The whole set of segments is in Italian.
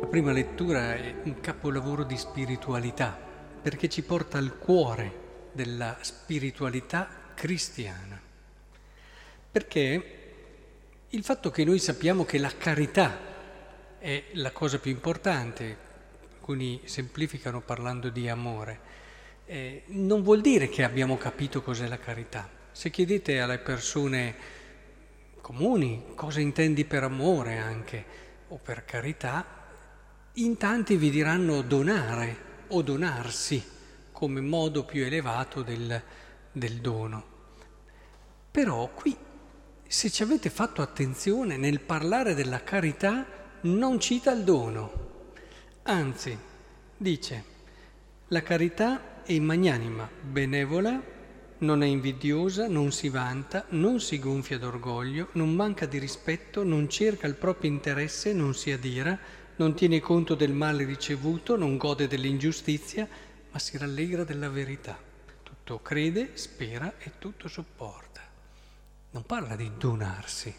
prima lettura è un capolavoro di spiritualità, perché ci porta al cuore della spiritualità cristiana. Perché il fatto che noi sappiamo che la carità è la cosa più importante, alcuni semplificano parlando di amore, non vuol dire che abbiamo capito cos'è la carità. Se chiedete alle persone comuni cosa intendi per amore anche, o per carità, in tanti vi diranno donare o donarsi come modo più elevato del dono. Però qui, se ci avete fatto attenzione, nel parlare della carità non cita il dono, anzi dice la carità è magnanima, benevola, non è invidiosa, non si vanta, non si gonfia d'orgoglio, non manca di rispetto, non cerca il proprio interesse, non si adira, non tiene conto del male ricevuto, non gode dell'ingiustizia, ma si rallegra della verità. Tutto crede, spera e tutto sopporta. Non parla di donarsi,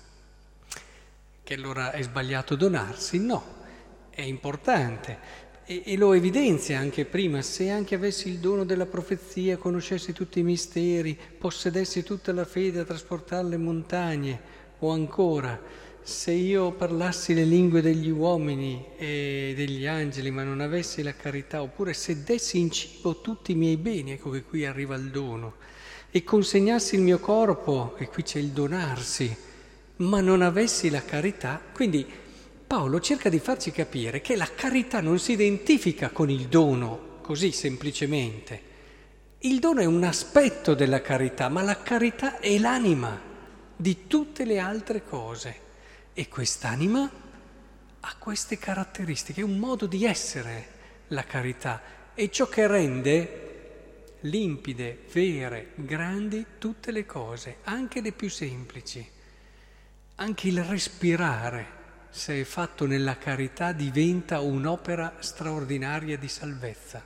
che allora è sbagliato donarsi, no, è importante. E lo evidenzia anche prima: se anche avessi il dono della profezia, conoscessi tutti i misteri, possedessi tutta la fede a trasportare le montagne, o ancora, se io parlassi le lingue degli uomini e degli angeli ma non avessi la carità, oppure se dessi in cibo tutti i miei beni, ecco che qui arriva il dono, e consegnassi il mio corpo, e qui c'è il donarsi, ma non avessi la carità, quindi Paolo cerca di farci capire che la carità non si identifica con il dono così semplicemente. Il dono è un aspetto della carità, ma la carità è l'anima di tutte le altre cose. E quest'anima ha queste caratteristiche, è un modo di essere la carità, è ciò che rende limpide, vere, grandi tutte le cose, anche le più semplici. Anche il respirare, se è fatto nella carità, diventa un'opera straordinaria di salvezza.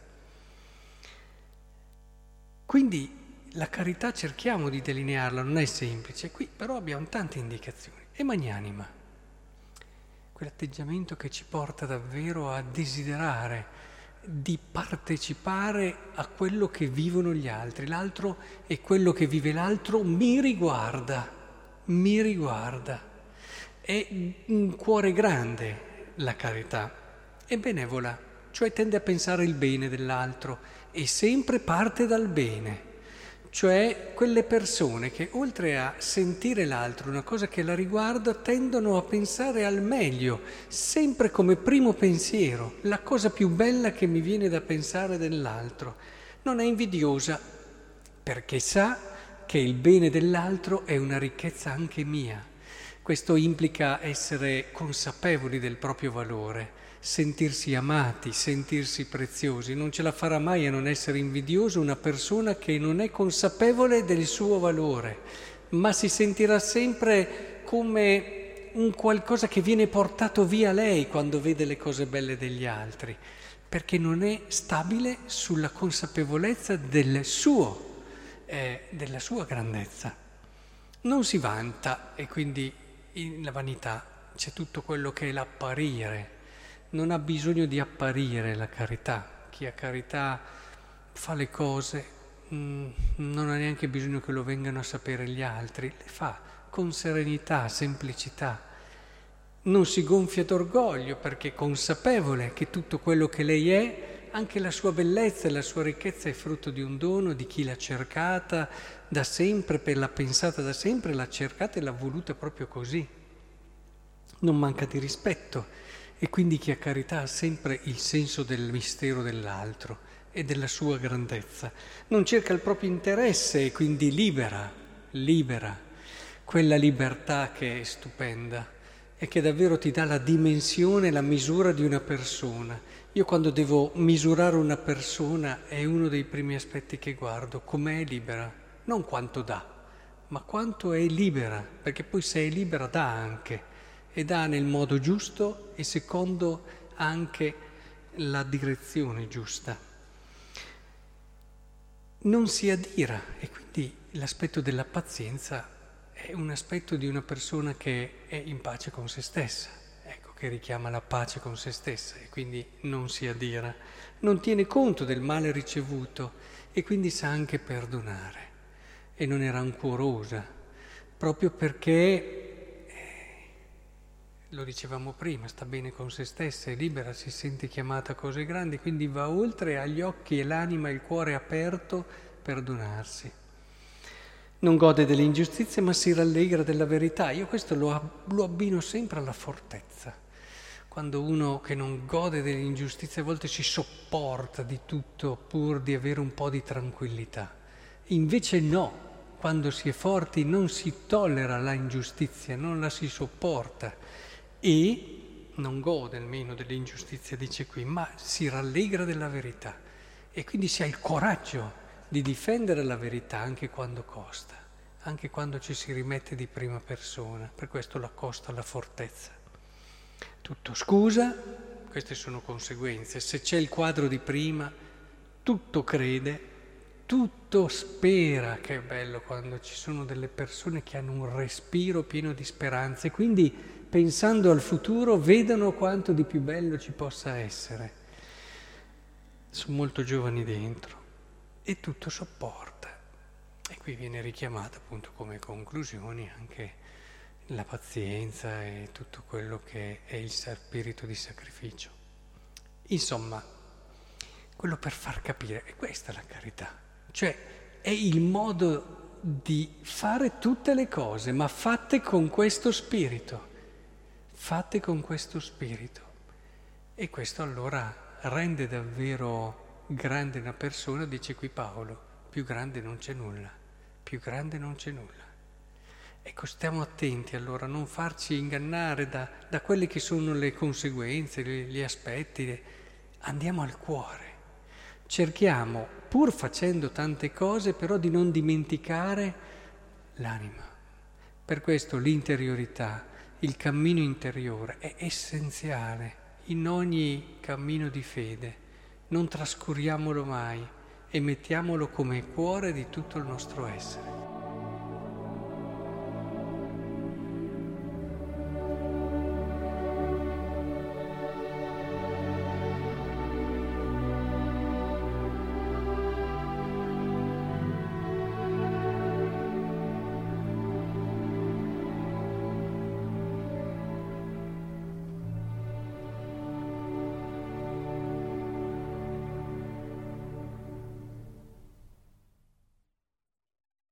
Quindi la carità cerchiamo di delinearla, non è semplice. Qui però abbiamo tante indicazioni. È magnanima, quell'atteggiamento che ci porta davvero a desiderare di partecipare a quello che vivono gli altri. L'altro e quello che vive l'altro mi riguarda, mi riguarda. È un cuore grande la carità, è benevola, cioè tende a pensare il bene dell'altro e sempre parte dal bene, cioè quelle persone che oltre a sentire l'altro, una cosa che la riguarda, tendono a pensare al meglio, sempre come primo pensiero, la cosa più bella che mi viene da pensare dell'altro. Non è invidiosa perché sa che il bene dell'altro è una ricchezza anche mia. Questo implica essere consapevoli del proprio valore, sentirsi amati, sentirsi preziosi. Non ce la farà mai a non essere invidioso una persona che non è consapevole del suo valore, ma si sentirà sempre come un qualcosa che viene portato via lei quando vede le cose belle degli altri, perché non è stabile sulla consapevolezza della sua grandezza. Non si vanta e quindi nella vanità c'è tutto quello che è l'apparire. Non ha bisogno di apparire la carità. Chi ha carità fa le cose, non ha neanche bisogno che lo vengano a sapere gli altri, le fa con serenità, semplicità. Non si gonfia d'orgoglio perché è consapevole che tutto quello che lei è, anche la sua bellezza e la sua ricchezza, è frutto di un dono di chi l'ha cercata da sempre, l'ha pensata da sempre, l'ha cercata e l'ha voluta proprio così. Non manca di rispetto e quindi chi ha carità ha sempre il senso del mistero dell'altro e della sua grandezza. Non cerca il proprio interesse e quindi libera quella libertà che è stupenda e che davvero ti dà la dimensione, la misura di una persona. Io quando devo misurare una persona è uno dei primi aspetti che guardo, com'è libera, non quanto dà, ma quanto è libera, perché poi se è libera dà anche, e dà nel modo giusto e secondo anche la direzione giusta. Non si adira e quindi l'aspetto della pazienza è un aspetto di una persona che è in pace con se stessa. Ecco, che richiama la pace con se stessa e quindi non si adira, non tiene conto del male ricevuto e quindi sa anche perdonare e non è rancurosa, proprio perché, lo dicevamo prima, sta bene con se stessa, è libera, si sente chiamata a cose grandi, quindi va oltre, ha gli occhi e l'anima e il cuore aperto per donarsi. Non gode delle ingiustizie ma si rallegra della verità. Io questo lo abbino sempre alla fortezza. Quando uno che non gode delle ingiustizie a volte si sopporta di tutto pur di avere un po' di tranquillità. Invece no, quando si è forti non si tollera la ingiustizia, non la si sopporta e non gode almeno dell'ingiustizia, dice qui, ma si rallegra della verità e quindi si ha il coraggio di difendere la verità anche quando costa, anche quando ci si rimette di prima persona, per questo l'accosta alla fortezza. Tutto scusa, queste sono conseguenze, se c'è il quadro di prima, tutto crede, tutto spera, che è bello quando ci sono delle persone che hanno un respiro pieno di speranze, quindi pensando al futuro vedono quanto di più bello ci possa essere. Sono molto giovani dentro. E tutto sopporta. E qui viene richiamata appunto come conclusioni anche la pazienza e tutto quello che è il spirito di sacrificio. Insomma, quello per far capire, è questa la carità, cioè è il modo di fare tutte le cose, ma fatte con questo spirito, fatte con questo spirito. E questo allora rende davvero grande una persona, dice qui Paolo, più grande non c'è nulla, più grande non c'è nulla. Ecco, stiamo attenti allora a non farci ingannare da quelle che sono le conseguenze, gli aspetti, andiamo al cuore, cerchiamo, pur facendo tante cose, però di non dimenticare l'anima. Per questo l'interiorità, il cammino interiore è essenziale in ogni cammino di fede. Non trascuriamolo mai e mettiamolo come cuore di tutto il nostro essere.